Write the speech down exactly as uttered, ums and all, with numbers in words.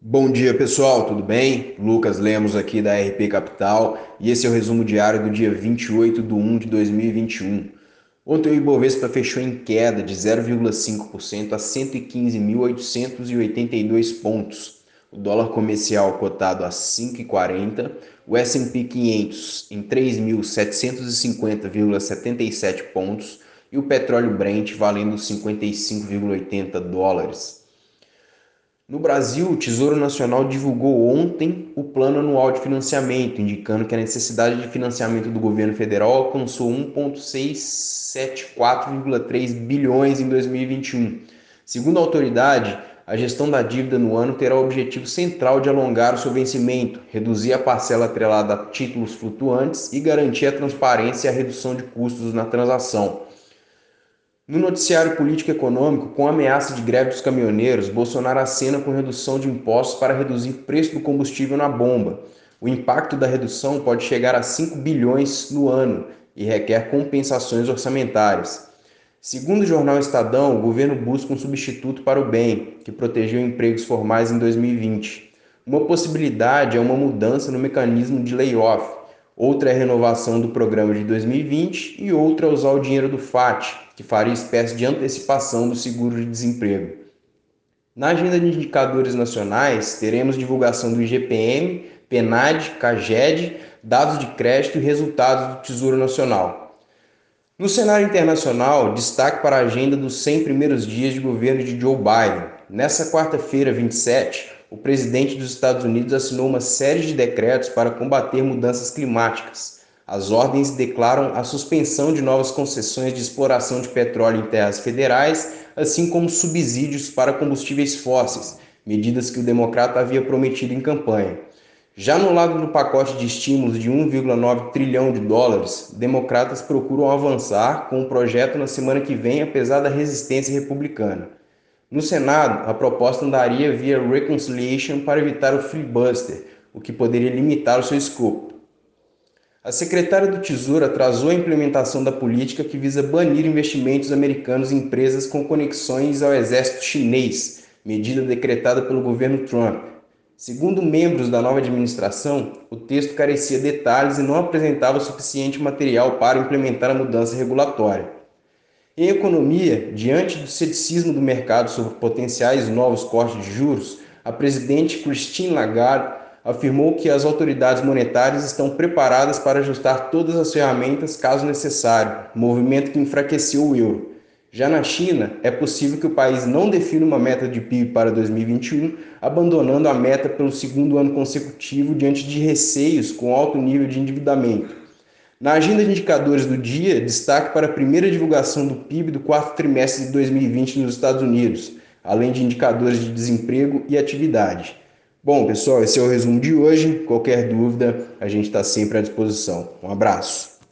Bom dia, pessoal, tudo bem? Lucas Lemos aqui da R P Capital e esse é o resumo diário do dia vinte e oito de um de dois mil e vinte e um. Ontem o Ibovespa fechou em queda de zero vírgula cinco por cento a cento e quinze mil oitocentos e oitenta e dois pontos. O dólar comercial cotado a cinco e quarenta, o S e P quinhentos em três mil setecentos e cinquenta vírgula setenta e sete pontos e o petróleo Brent valendo cinquenta e cinco vírgula oitenta dólares. No Brasil, o Tesouro Nacional divulgou ontem o Plano Anual de Financiamento, indicando que a necessidade de financiamento do governo federal alcançou um vírgula seiscentos e setenta e quatro vírgula três bilhões em dois mil e vinte e um. Segundo a autoridade, a gestão da dívida no ano terá o objetivo central de alongar o seu vencimento, reduzir a parcela atrelada a títulos flutuantes e garantir a transparência e a redução de custos na transação. No noticiário político e econômico, com a ameaça de greve dos caminhoneiros, Bolsonaro acena com redução de impostos para reduzir o preço do combustível na bomba. O impacto da redução pode chegar a cinco bilhões no ano e requer compensações orçamentárias. Segundo o jornal Estadão, o governo busca um substituto para o B E M, que protegeu empregos formais em dois mil e vinte. Uma possibilidade é uma mudança no mecanismo de layoff. Outra é a renovação do programa de dois mil e vinte e outra é usar o dinheiro do F A T, que faria espécie de antecipação do seguro de desemprego. Na agenda de indicadores nacionais, teremos divulgação do I G P M, PNAD, CAGED, dados de crédito e resultados do Tesouro Nacional. No cenário internacional, destaque para a agenda dos cem primeiros dias de governo de Joe Biden. Nessa quarta-feira, vinte e sete, o presidente dos Estados Unidos assinou uma série de decretos para combater mudanças climáticas. As ordens declaram a suspensão de novas concessões de exploração de petróleo em terras federais, assim como subsídios para combustíveis fósseis, medidas que o democrata havia prometido em campanha. Já no lado do pacote de estímulos de um vírgula nove trilhão de dólares, democratas procuram avançar com o projeto na semana que vem, apesar da resistência republicana. No Senado, a proposta andaria via reconciliation para evitar o filibuster, o que poderia limitar o seu escopo. A secretária do Tesouro atrasou a implementação da política que visa banir investimentos americanos em empresas com conexões ao exército chinês, medida decretada pelo governo Trump. Segundo membros da nova administração, o texto carecia de detalhes e não apresentava suficiente material para implementar a mudança regulatória. Em economia, diante do ceticismo do mercado sobre potenciais novos cortes de juros, a presidente Christine Lagarde afirmou que as autoridades monetárias estão preparadas para ajustar todas as ferramentas caso necessário, movimento que enfraqueceu o euro. Já na China, é possível que o país não defina uma meta de P I B para dois mil e vinte e um, abandonando a meta pelo segundo ano consecutivo diante de receios com alto nível de endividamento. Na agenda de indicadores do dia, destaque para a primeira divulgação do P I B do quarto trimestre de dois mil e vinte nos Estados Unidos, além de indicadores de desemprego e atividade. Bom, pessoal, esse é o resumo de hoje. Qualquer dúvida, a gente está sempre à disposição. Um abraço.